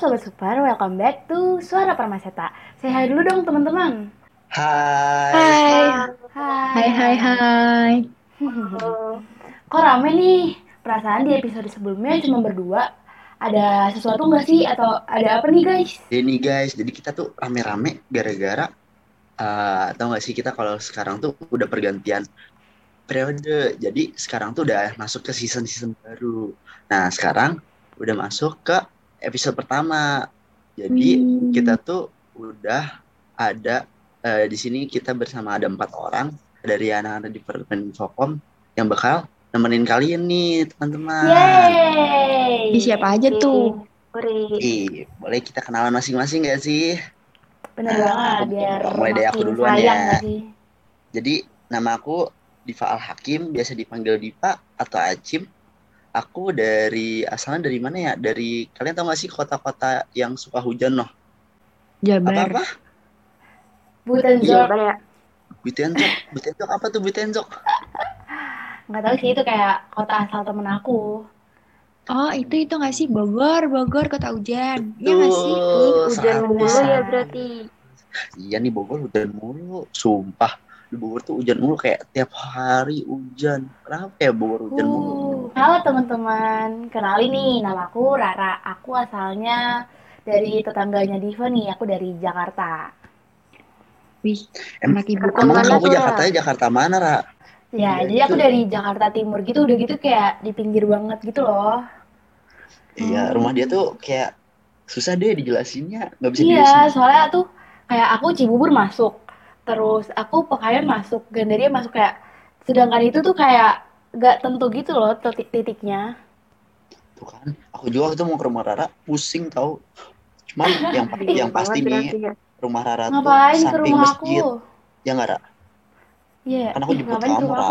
Sobat Super, welcome back to Suara Permaseta. Say hi dulu dong teman-teman. Hai, Hai, Hai, hai, hai, hai. hai. Kok rame nih? Perasaan di episode sebelumnya cuma berdua. Ada sesuatu nggak sih? Atau ada apa nih guys? ini guys, jadi kita tuh rame-rame gara-gara tau gak sih kita kalau sekarang tuh udah pergantian periode. Jadi sekarang tuh udah masuk ke season-season baru. Nah, sekarang udah masuk ke episode pertama. Jadi kita Wih, tuh udah ada di sini kita bersama ada 4 orang dari anak-anak di Departemen Infokom yang bakal nemenin kalian nih, teman-teman. di Yeay. siapa aja tuh? Uri. Boleh kita kenalan masing-masing gak sih? Bener Nah, banget, aku biar mulai dari aku makin duluan sayang ya. nggak sih? Jadi nama aku Diva Al Hakim, biasa dipanggil Diva atau Acim. Aku asalnya dari mana ya? Dari kalian tahu gak sih kota-kota yang suka hujan loh? Jabar. Apa-apa? Iya, Butenzorg. Jabar ya. Buitenzok. Buitenzok apa tuh Buitenzok? Nggak tahu sih, itu kayak kota asal temen aku. Oh, itu nggak sih Bogor, Bogor kota hujan. Iya nggak sih? Ih, Betul, hujan mulu 100. ya Benar. berarti. Iya nih Bogor hujan mulu, sumpah. Di Bogor tuh hujan mulu kayak tiap hari hujan. Kenapa ya Bogor hujan mulu? Halo teman-teman, kenalin nih, namaku Rara. Aku asalnya dari tetangganya Diva nih, aku dari Jakarta. Wih, Em anak ibu Jakarta emang kota. mana kamu tuh, Ra? Jakartanya Jakarta mana, Ra? Ya, Iya jadi itu. aku dari Jakarta Timur gitu, udah gitu kayak di pinggir banget gitu loh. Iya, rumah dia Hmm, tuh kayak susah deh dijelasinnya, nggak bisa Iya, dijelasin. soalnya tuh kayak aku Cibubur masuk, terus aku Pekayon masuk, Gandaria masuk kayak, sedangkan itu tuh kayak gak tentu gitu loh titik-titiknya. Tuh kan, aku juga waktu itu mau ke rumah Rara, pusing tahu. Cuman yang Bingung pasti banget nih, berarti ya. rumah Rara tuh Ngapain ke samping rumah aku? masjid. Ya nggak, Ra? Iya, Kan aku ih jemput ngapain ke kamu, rumah Ra. aku?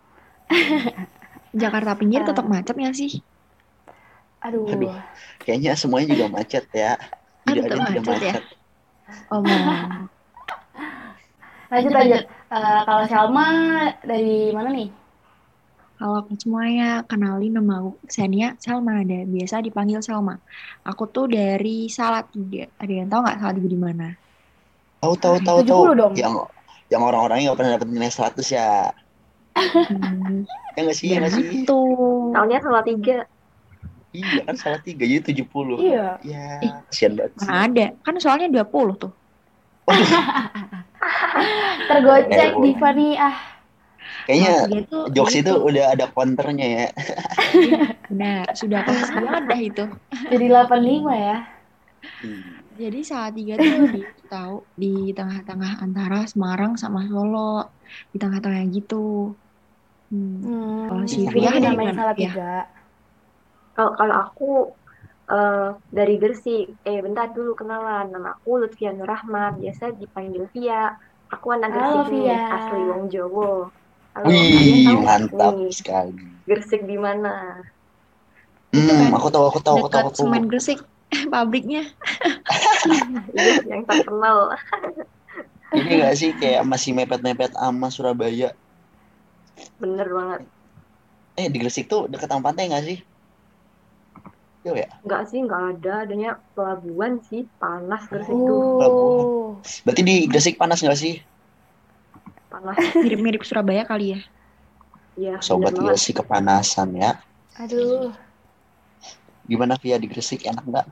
Jakarta pinggir tetap Eh, macet nggak sih? Aduh, aduh. kayaknya semuanya juga macet ya. Ah, Tidak ada tetap yang tidak macet ya. macet. Omong. Lanjut lanjut. Kalau Selma dari mana nih? Halo aku semuanya, kenalin nama aku Xenia Salma, ada biasa dipanggil Salma. Aku tuh dari Salatiga. Ada yang tahu nggak Salatiga di mana? Tahu tahu tahu Tujuh tahu puluh dong. yang orang-orangnya nggak pernah dapat nilai 100 ya. Hmm, Ya nggak sih, ya nggak sih? begitu. Tahunnya salah tiga. Iya kan salah 3 jadi 70. Iya. Ya, Ih, kasihan banget mana sih. ada? Kan soalnya 20 tuh. Waduh, Tergocek eh, Diva nih ah. kayaknya Salatiga tuh jokes itu gitu. udah ada counternya ya. Iya, benar. Sudah pasti banget dah itu. Jadi 85 ya. Ih, Jadi Salatiga tuh di tahu di tengah-tengah antara Semarang sama Solo. Di tengah-tengah gitu. Hmm. Kalau si Tapi Via jadi dari namanya mana, salah Via? tiga. Kalau kalau aku dari Gresik. Bentar dulu kenalan. Nama aku Lutfia Nur Rahmat. Biasa dipanggil Via. Aku anak Gresik Halo nih, Via. asli Wong Jowo. Halo, kalian wih, tahu nggak mantap nih sekali. Gresik di mana? Itu kan Aku tahu, aku tahu, aku tahu, dekat aku tahu. Semen Gresik pabriknya. Iya, yang terkenal. Ini nggak sih kayak masih mepet-mepet sama Surabaya? Bener banget. Di Gresik tuh dekat sama pantai nggak sih? Iya ya, Enggak sih, enggak ada. Adanya pelabuhan sih. Panas Gresik tuh. pelabuhan. Oh. Berarti di Gresik panas nggak sih? Panas. Mirip-mirip Surabaya kali ya. Iya, bener Sobat banget. Gresik kepanasan ya. Aduh. Gimana Via di Gresik enak nggak?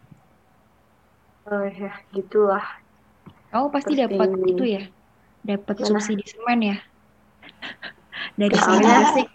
Ya, gitulah. Kamu pasti Terus di dapat itu ya, dapat mana? subsidi semen ya dari Semen Soalnya Gresik.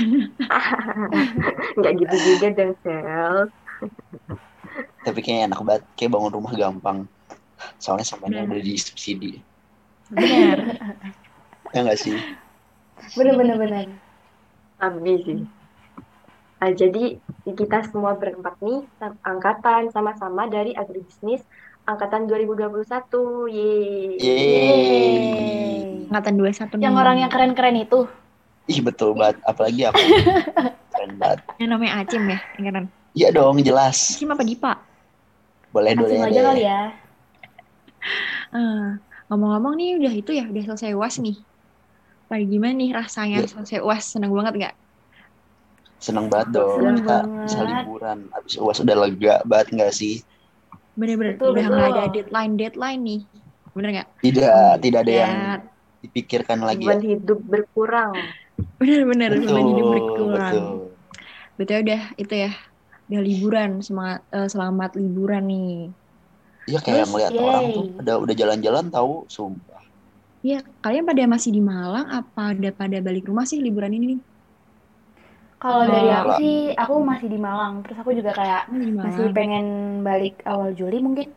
nggak gitu juga dong, Sel. Tapi kayaknya enak banget, kayak bangun rumah gampang. Soalnya semuanya Benar, udah disubsidi. benar. Ya nggak sih? Bener bener bener. Habis sih. Nah, jadi kita semua berempat nih angkatan sama-sama dari agribisnis angkatan 2021. Yeay. Yeay. Yeay. Angkatan 21 Yang nih. orang yang keren-keren itu. Ih betul Ih, banget, apalagi aku. Keren banget. Yang namanya Acim ya, yang kanan. Iya dong, jelas. Acim apa Dipa? Boleh Acim dulu aja deh. kali ya. Eh, ngomong-ngomong nih udah itu ya, udah selesai UAS nih. Pada gimana nih rasanya Ya, selesai UAS? Seneng banget nggak? seneng banget dong udah Seneng kita bisa banget. liburan. Abis UAS udah lega banget nggak sih? Bener-bener Betul, udah nggak ada betul. deadline nih. Bener nggak? Tidak ada yang Ya, dipikirkan lagi ya. Beban hidup berkurang. bener-bener beban hidup Betul, berkurang. betul. Betul udah itu ya. Udah liburan, semangat selamat liburan nih. Iya kayak Terus ngeliat orang tuh Yay. udah jalan-jalan tahu, sumpah. ya kalian pada masih di Malang apa udah pada balik rumah sih liburan ini nih? Kalau dari Kalau aku Kalau sih, aku masih di Malang. Terus aku juga kayak di masih Malang. pengen balik awal Juli mungkin.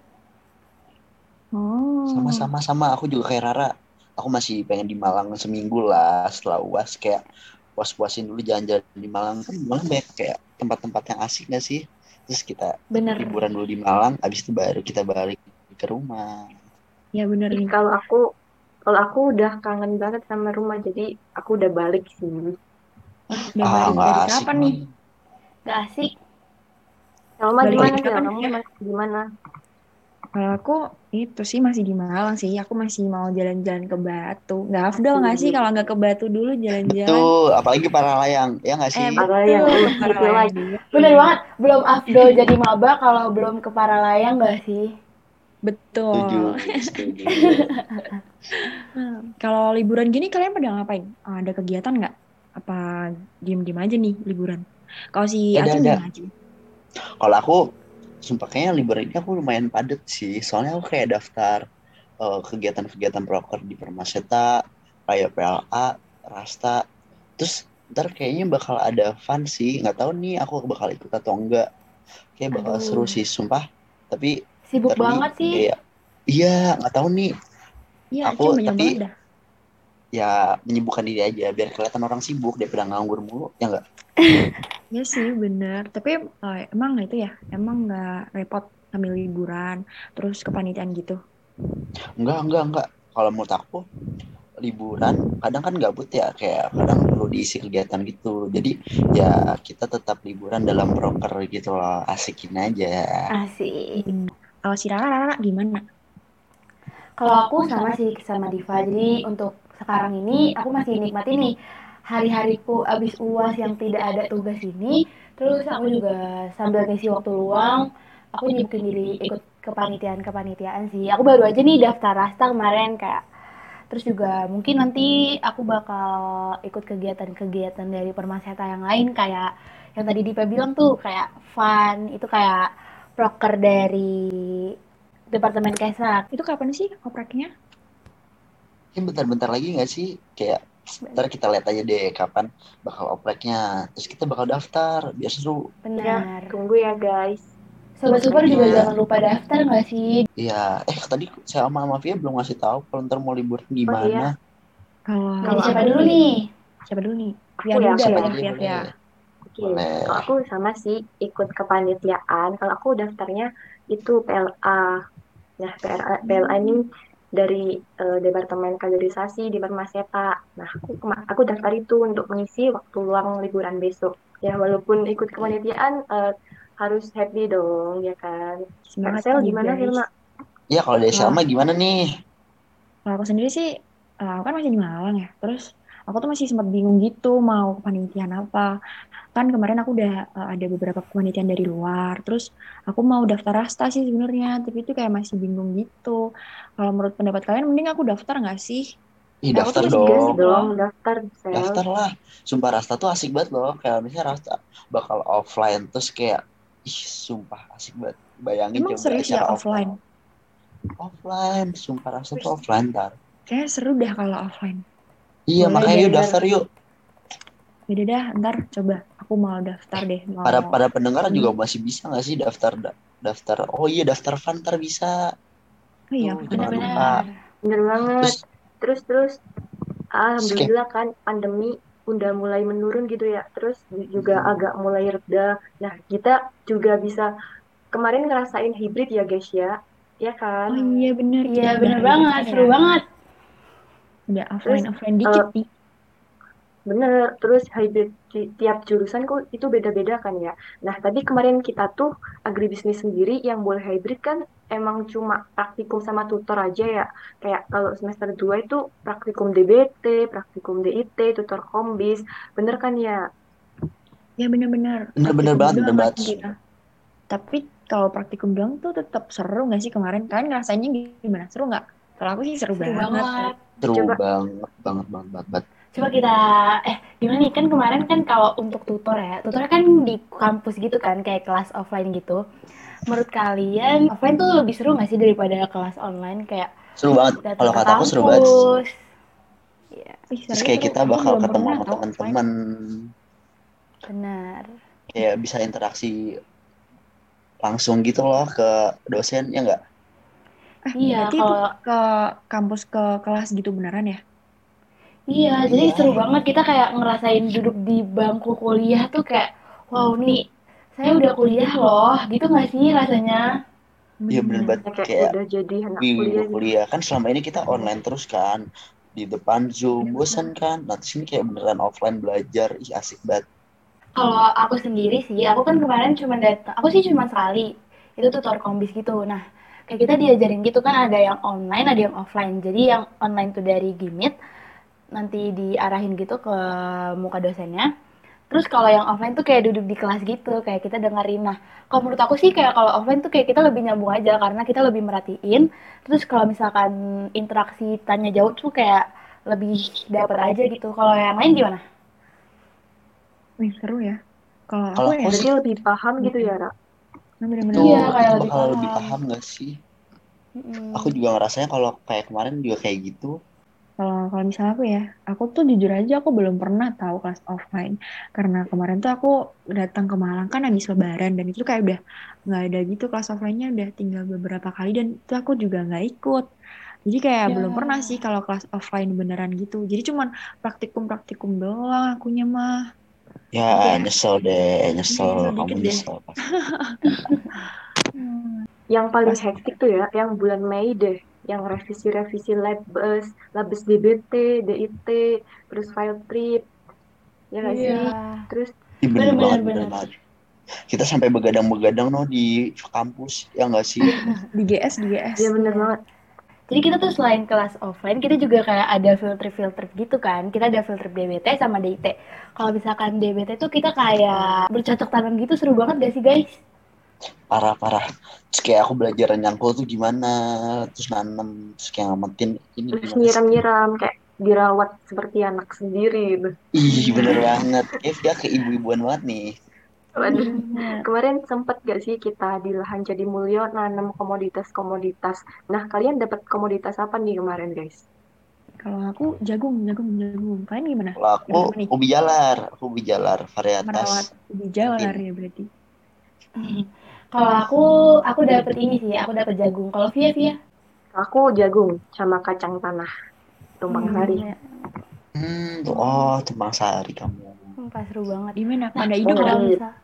Oh, sama aku juga kayak Rara. Aku masih pengen di Malang seminggu lah setelah UAS kayak puas-puasin dulu jalan-jalan di Malang. Kan di Malang banyak kayak tempat-tempat yang asik gak sih? Terus kita Bener. liburan dulu di Malang, habis itu baru kita balik ke rumah. ya bener Ih, nih. kalau aku udah kangen banget sama rumah, jadi aku udah balik sih. Wah, udah Ah, balik nggak dari asik kapan nih? nih. Gak asik. Selma Balik Balik gimana dari sih? kapan Kamu ya? masih di mana? Kalau aku itu sih masih di Malang sih. Aku masih mau jalan-jalan ke Batu. Nggak afdol nggak sih Asik. kalau nggak ke Batu dulu jalan-jalan? Betul, apalagi para layang, ya nggak sih? Ada yang Betul, ke gitu Paralayang lagi. juga Bener tuh. banget. Belum afdol jadi maba kalau belum ke Paralayang gak sih? Setuju, Betul. setuju. Kalau liburan gini kalian pada ngapain? Ada kegiatan nggak? Apa diem-diem aja nih liburan? Kalau si Acung Ada. gimana Acung? Kalau aku, sumpah kayaknya liburan ini aku lumayan padet sih. Soalnya aku kayak daftar kegiatan-kegiatan proker di Permaseta, kayak PLA, Rasta. Terus ntar kayaknya bakal ada fun sih. Nggak tahu nih aku bakal ikut atau enggak. Kayak bakal seru Aduh, sih, sumpah. Tapi sibuk ntar nih banget sih. kayak, iya nggak tahu nih. Iya, Acung Aku banyak banget tapi dah. ya menyibukkan diri aja biar kelihatan orang sibuk daripada nganggur mulu, ya nggak? Ya sih bener. Tapi emang itu ya, emang nggak repot sambil liburan, terus kepanitiaan gitu. Enggak. Kalau menurut aku liburan kadang kan gabut ya kayak kadang perlu diisi kegiatan gitu jadi ya kita tetap liburan dalam proker gitu loh asikin aja. Asik. Hmm. Kalau si Rara gimana? Kalau aku sama sih sama Diva. Jadi untuk sekarang ini aku masih nikmatin nih hari-hariku abis UAS yang tidak ada tugas ini. Terus aku juga sambil ngisi waktu luang, aku nyibukin diri ikut kepanitiaan-kepanitiaan sih. Aku baru aja nih daftar Rasta kemarin kayak. Terus juga mungkin nanti aku bakal ikut kegiatan-kegiatan dari Permaseta yang lain kayak yang tadi Diva bilang tuh kayak fun, itu kayak proker dari Departemen Kesrak. Itu kapan sih opreknya? Ini bentar-bentar lagi nggak sih kayak ntar kita lihat aja deh kapan bakal opreknya terus kita bakal daftar biar seru. Ya, Benar. tunggu ya guys. Sobat Super juga Opreknya. jangan lupa daftar nggak sih? Iya, tadi saya sama Mafia belum ngasih tahu kalau ntar mau libur di Oh mana. iya, Dari Kalau kalau siapa aku aku dulu sih, nih? siapa dulu nih? aku Via dulu ya aku dah Siapa ya. ya, aja deh Via Via. boleh. Oke, kalau Boleh. aku sama sih ikut kepanitiaan. Kalau aku daftarnya itu PLA. Nah, PLA ini dari Departemen Kaderisasi di Permaseta. Nah, aku daftar itu untuk mengisi waktu luang liburan besok. Ya, walaupun ikut kepanitiaan harus happy dong, ya kan? Kak Semangat Sel nih gimana, guys. Firma? Ya kalau dari Kalau Salma gimana nih? kalau aku sendiri sih, aku kan masih di Malang ya. Terus aku tuh masih sempat bingung gitu mau kepanitiaan apa. Kan kemarin aku udah ada beberapa kepanitiaan dari luar. Terus aku mau daftar Rasta sih sebenarnya, tapi itu kayak masih bingung gitu. Kalau menurut pendapat kalian, mending aku daftar nggak sih? Ih Kayak aku tuh daftar masih Gas bingung dong. gitu loh. dong, daftar, Sel. Daftar lah. Sumpah Rasta tuh asik banget loh. Kayak misalnya Rasta bakal offline terus kayak ih sumpah asik banget. Bayangin Emang coba serius ya acara offline. offline? Offline, sumpah Rasta tuh Terus offline ntar. kayaknya seru dah kalau offline. Iya Boleh makanya deh. yuk Bener. daftar yuk. Beda dah, ntar coba aku mau daftar deh, Para mau para pendengar ini. juga masih bisa nggak sih daftar daftar. Oh iya daftar fan ntar bisa. Oh iya, Tuh offline jangan offline. lupa. Benar-benar. Bener banget. Terus Terus, skip. alhamdulillah kan pandemi udah mulai menurun gitu ya. Terus juga agak mulai reda. Nah, kita juga bisa kemarin ngerasain hybrid ya guys ya. Ya kan? Oh iya bener, Iya, kita udah bener hybrid banget. kan Seru ya. banget. Udah Terus offline offline dikit eh, nih. bener, terus hybrid di tiap jurusan kok itu beda-beda kan ya. Nah, tadi kemarin kita tuh agribisnis sendiri yang boleh hybrid kan emang cuma praktikum sama tutor aja ya. Kayak kalau semester 2 itu praktikum DBT, praktikum DIT, tutor kombis. Bener kan ya? Ya bener-bener Bener-bener praktikum banget, bener doang kan banget. kita. Tapi kalau praktikum doang tuh tetap seru nggak sih kemarin? Kalian ngerasainnya gimana? Seru nggak? Kalau aku sih seru Seru banget. banget. Seru Coba banget. Coba kita, gimana nih, kan kemarin kan kalau untuk tutor kan di kampus gitu kan, kayak kelas offline gitu. Menurut kalian, offline tuh lebih seru nggak sih daripada kelas online, kayak Seru banget. datang Kalau ke kata aku seru banget. kampus? Iya, Ih, Terus seru kayak seru. kita Aku bakal belum ketemu pernah sama tau offline. teman-teman, benar. kayak bisa interaksi langsung gitu loh ke dosen, ya nggak? Iya, Berarti itu kalau ke kampus ke kelas gitu beneran ya? iya, jadi Iya, seru banget kita kayak ngerasain duduk di bangku kuliah tuh kayak, wow nih, saya udah kuliah loh, gitu nggak sih rasanya? iya bener Bener-bener. banget. ya kayak Kayak udah jadi anak di kuliah gitu. kuliah kan selama ini kita online terus kan, di depan Zoom, bosan kan. Nah, di sini kayak beneran offline belajar, ih asik banget. Kalau aku sendiri sih, aku kan kemarin cuma datang, aku sih cuma sekali, itu tutor kombis gitu. Nah, kayak kita diajarin gitu kan, ada yang online, ada yang offline. Jadi yang online tuh dari Gimit, nanti diarahin gitu ke muka dosennya. Terus kalau yang offline tuh kayak duduk di kelas gitu, kayak kita dengerin. Nah, kalau menurut aku sih kayak kalau offline tuh kayak kita lebih nyambung aja karena kita lebih merhatiin. Terus kalau misalkan interaksi tanya jawab tuh kayak lebih dapet aja gitu. Kalau yang lain gimana? Wih, seru ya. Kalau aku Kalau ya, aku Berarti sih lebih paham gitu ya, Ra? bener-bener itu Iya, kayak itu lebih bakal lebih paham. paham gak sih? Aku Mm-mm. juga ngerasanya kalau kayak kemarin juga kayak gitu. kalau misalnya aku tuh jujur aja aku belum pernah tahu kelas offline karena kemarin tuh aku datang ke Malang kan habis Lebaran dan itu kayak udah nggak ada gitu kelas offline-nya udah tinggal beberapa kali dan itu aku juga nggak ikut. Jadi kayak Ya, belum pernah sih kalau kelas offline beneran gitu. Jadi cuman praktikum-praktikum doang akunya mah. Ya Jadi kayak nyesel deh, ini nyesel, nyesel kamu dikit deh. nyesel pasti. Hmm, Yang paling pas hektik tuh ya, yang bulan Mei deh, yang revisi-revisi labes DBT, DIT, terus file trip, ya nggak iya. sih? Terus Ih, bener banget, Bener-bener bener bener. banget. Kita sampai begadang-begadang no di kampus, ya nggak sih? di GS di GS. ya bener Iya. banget. Jadi kita tuh selain kelas offline, kita juga kayak ada filter-filter gitu kan. Kita ada filter DBT sama DIT. Kalau misalkan DBT tuh kita kayak bercocok tanam gitu, seru banget gak sih guys? Parah-parah. Terus kayak aku belajar nyangkul tuh gimana, terus nanem, terus kayak ngamatin ini Terus gimana sih? nyiram-nyiram kayak dirawat seperti anak sendiri gitu. Ih, bener Bener, banget. Kayak dia keibu-ibuan banget nih. Waduh, bener. kemarin sempet gak sih kita di Lahan Jadi Mulyo nanam komoditas-komoditas. Nah, kalian dapat komoditas apa nih kemarin, guys? Kalau aku jagung, jagung, jagung. Kalian gimana? Kalau Dapat apa nih? aku ubi jalar, varietas Merawat ubi kantin. jalar ya berarti. Kalau aku dapet ini sih, aku dapet jagung. Kalau Via? Aku jagung sama kacang tanah, tumpang sari. Ya. Tumpang sari kamu. Sumpah seru banget. Gimana? Nah, Pada hidup kalau nggak? Ngerit. misal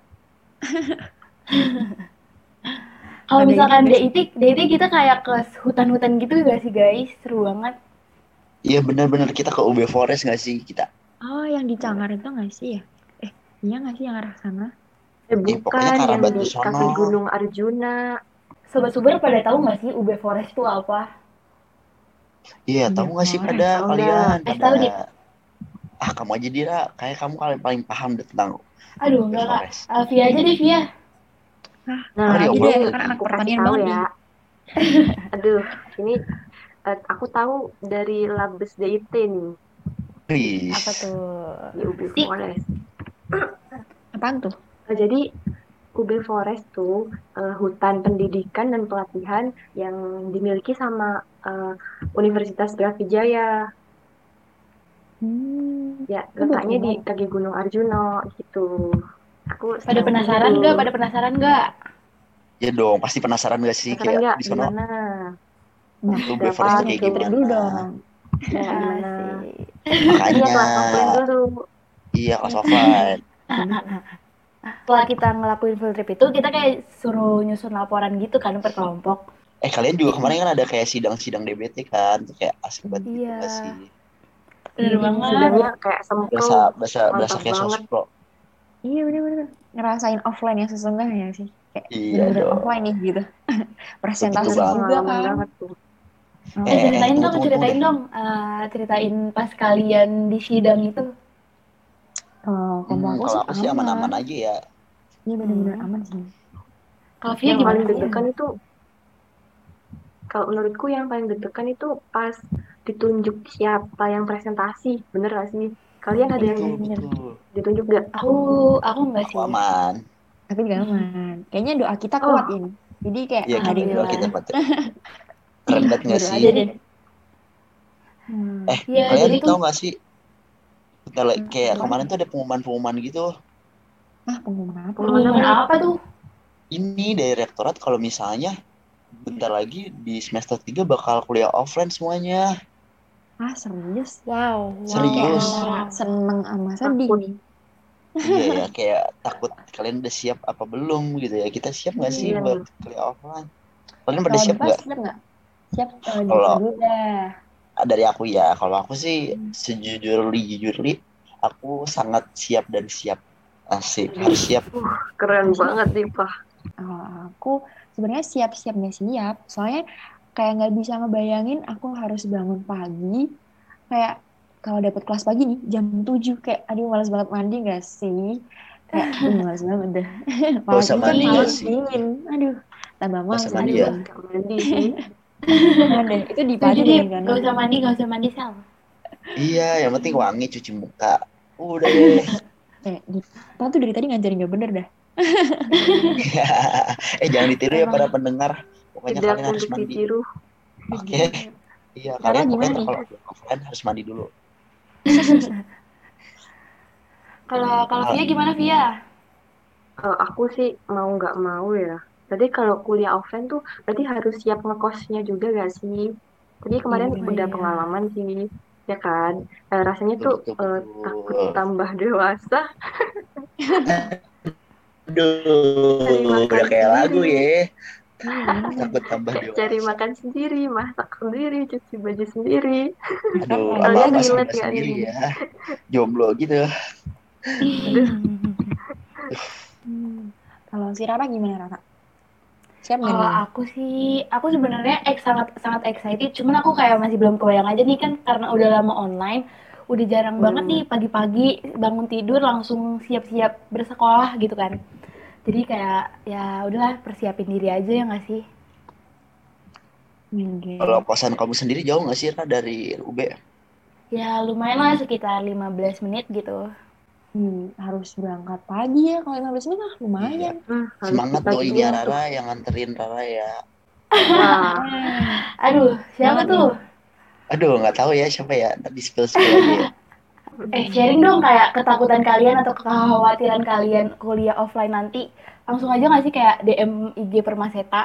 kalau Pada hidup misalkan nggak sih? DIT kita kayak ke hutan-hutan gitu gak sih guys? Seru banget. Iya bener-bener kita ke UB Forest nggak sih kita? Oh, yang di Cangar itu nggak sih ya? Eh, iya nggak sih yang arah sana? Pokoknya Bukan ke arah yang di Batu sono. kaki Gunung Arjuna. Sobat Suber pada tahu nggak sih UB Forest itu apa? Iya, UB tahu nggak sih pada Forest. Tahu nggak? kalian? Pada Tahu Dit? kamu aja Dira, kayak kamu kalian paling paham deh tentang Aduh, UB enggak Kak. Forest. Via aja deh Via. Nah, Nah, Oh Via ya aja ini deh, boleh kan nih. anak aku kasih pertanian tahu banget ya. nih. Aduh, ini aku tahu dari Labes DIT nih Apa Please. tuh? di UB Asik. Forest. Apaan tuh? Jadi UB Forest tuh hutan pendidikan dan pelatihan yang dimiliki sama Universitas Brawijaya. Hmm, Ya, aku baru letaknya di tahu. kaki Gunung Arjuna gitu. Aku Pada sering ke penasaran situ. nggak? Pada penasaran nggak? Ya dong, pasti penasaran gak sih Penasaran kayak nggak di di sono mana? Nah, UB Berapa Forest tuh coba kayak field gitu? trip dulu gimana? dong. Ya, di mana? Asik. Iya, Makanya, kelas offline dulu. iya kelas offline. Setelah kita ngelakuin field trip itu, kita kayak suruh nyusun laporan gitu kan per kelompok. Kalian juga kemarin kan ada kayak sidang-sidang DBT kan, tuh kayak asik banget gitu Iya, gak sih? bener banget. Sidangnya kayak sempro, Berasa berasa berasa mantap kayak banget. sospro. Iya bener-bener. Ngerasain offline yang sesungguhnya sih. Kayak Iya bener-bener offline dong, nih gitu. begitu Presentasi Bener banget. juga pengalaman kan. banget tuh. Ceritain Tunggu dong, tunggu tunggu ceritain deh. dong. Ceritain pas kalian di sidang itu. Kalau aku Kalau sih aku sih aman-aman aman. aja ya. Iya bener-bener Hmm. aman sih. Kalau Via Yang gimana paling Via? deg-degan itu, kalau menurutku yang paling deg-degan itu pas ditunjuk siapa yang presentasi. Bener gak sih? Kalian ada yang Betul, bener. betul. ditunjuk gak? Aku enggak Aku sih. aman. Tapi gak aman. Kayaknya doa kita Oh, kuat ini. Jadi kayak Iya, nggak ada yang doa kita Alhamdulillah. kuat. Keren banget nggak berdoa sih? aja deh. Iya, Kalian jadi tuh tahu nggak sih? Kayak Apa? kemarin tuh ada pengumuman-pengumuman gitu. Pengumuman apa? pengumuman pengumuman apa? apa tuh? Ini dari rektorat kalau misalnya bentar lagi di semester 3 bakal kuliah offline semuanya. Serius? Wow, Ini kayak Serius. antara seneng sama sedih Takut. nih. Iya ya, kayak takut kalian udah siap apa belum gitu ya. Kita siap nggak sih Iya buat nih. kuliah offline? Kalian pada Kalau siap Diva nggak? siap nggak? Siap Diva Kalau dulu dah. dari aku ya, kalau aku sih sejujurly, aku sangat siap dan siap. Asik, harus siap. Keren Maksudnya banget nih, Pak. kalau aku sebenarnya siap-siap nggak siap. Soalnya kayak nggak bisa ngebayangin aku harus bangun pagi. Kayak kalau dapat kelas pagi nih jam 7 kayak aduh males banget mandi nggak sih? Kayak males banget dah. Gak Malam usah ini kan mandi malam gak sih? dingin. Aduh, tambah Gak usah males mandi lagi ya? Aduh, bangun. gak mandi sih. Jangan deh, itu Setuju dipadu deh, dengan gak kanan. usah mandi, gak usah mandi Sal. Iya, yang penting wangi cuci muka. Udah deh. Kita tuh dari tadi ngajarin gak bener dah. Jangan ditiru ya para Emang pendengar. Pokoknya Tidak kalian harus untuk mandi. ditiru. Oke. Iya, Rara kalian pokoknya gimana ntar nih? kalau offline harus mandi dulu. kalau kalau Nah, Via gimana Via? Kalau aku sih mau nggak mau ya. Jadi kalau kuliah offline tuh berarti harus siap ngekosnya juga gak sih? Jadi kemarin Iya. Oh udah iya. pengalaman sih, ya kan? Rasanya betul, tuh betul, takut betul. tambah dewasa, cari Aduh, makan udah kayak lagu sendiri, ya. Iya bener. Takut tambah cari dewasa. makan sendiri, masak sendiri, cuci baju sendiri. Ntar Aduh, lagi Kalian apa-apa ini. relate serba gak nih? sendiri ya. Jomblo gitu. Aduh, Kalau si Rara gimana Rara? Siap gak Kalau nih? aku sih, aku sebenarnya sangat sangat excited. Cuman aku kayak masih belum kebayang aja nih kan karena udah lama online, udah jarang banget nih hmm, pagi-pagi bangun tidur langsung siap-siap bersekolah gitu kan. Jadi kayak ya udahlah persiapin diri aja ya nggak sih? Kalau Oke. kosan kamu sendiri jauh nggak sih, Ra, dari UB? Ya lumayan lah sekitar 15 menit gitu. Harus berangkat pagi ya. Kalau 15 menit Iya. lumayan. harus Semangat doinya dipagiin tuh. Rara yang nganterin Rara ya. Wah, Aduh, siapa Semangat nih. tuh? Aduh, nggak tahu ya siapa ya. Ntar di spill aja ya. Sharing dong kayak ketakutan kalian atau kekhawatiran kalian kuliah offline nanti. Langsung aja nggak sih kayak DM IG Permaseta.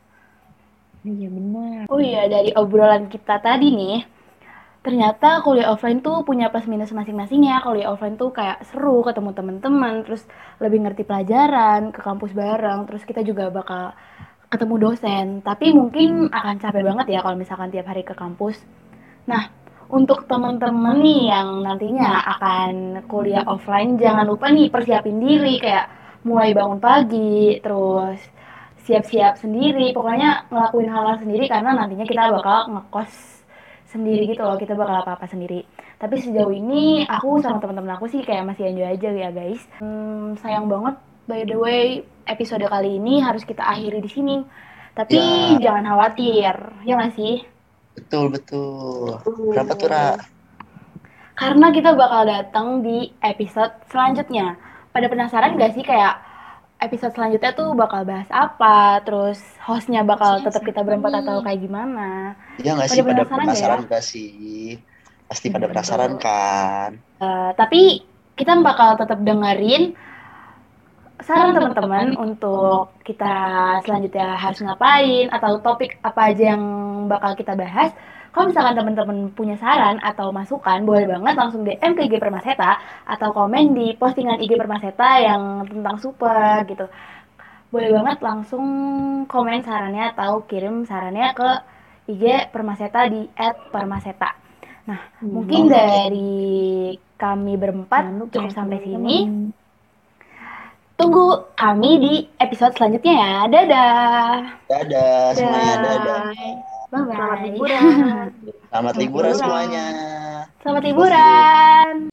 Iya benar. Oh iya, dari obrolan kita tadi nih, ternyata kuliah offline tuh punya plus minus masing-masing ya. Kuliah offline tuh kayak seru, ketemu teman-teman, terus lebih ngerti pelajaran, ke kampus bareng, terus kita juga bakal ketemu dosen. Tapi mungkin akan capek banget ya kalau misalkan tiap hari ke kampus. Nah, untuk teman-teman nih yang nantinya akan kuliah offline, jangan lupa nih persiapin diri kayak mulai bangun pagi, terus siap-siap sendiri, pokoknya ngelakuin hal-hal sendiri karena nantinya kita bakal ngekos sendiri gitu loh, kita bakal apa-apa sendiri. Tapi sejauh ini aku sama teman-teman aku sih kayak masih enjoy aja ya guys. Sayang banget by the way episode kali ini harus kita akhiri di sini. Tapi Ya, jangan khawatir, ya nggak sih? betul, betul. Berapa tuh, Ra? Karena kita bakal datang di episode selanjutnya. Pada penasaran gak sih kayak episode selanjutnya tuh bakal bahas apa, terus hostnya bakal Hostnya tetap kita siapa berempat atau nih? kayak gimana? Iya nggak Pada sih, pada penasaran gak ya? penasaran nggak sih? Pasti pada penasaran Betul. kan? Tapi kita bakal tetap dengerin saran teman-teman untuk kita selanjutnya harus ngapain atau topik apa aja yang bakal kita bahas. Kalau misalkan teman-teman punya saran atau masukan, boleh banget langsung DM ke IG Permaseta atau komen di postingan IG Permaseta yang tentang super gitu. Boleh banget langsung komen sarannya atau kirim sarannya ke IG Permaseta di @permaseta. Nah, mungkin Oke. dari kami berempat Jangan lupa cukup ya sampai teman-teman. sini. Tunggu kami di episode selanjutnya ya. Dadah. Dadah semuanya, dadah. dah. Bye Selamat bye. liburan. Selamat Selamat liburan liburan. semuanya. Selamat Love you. liburan.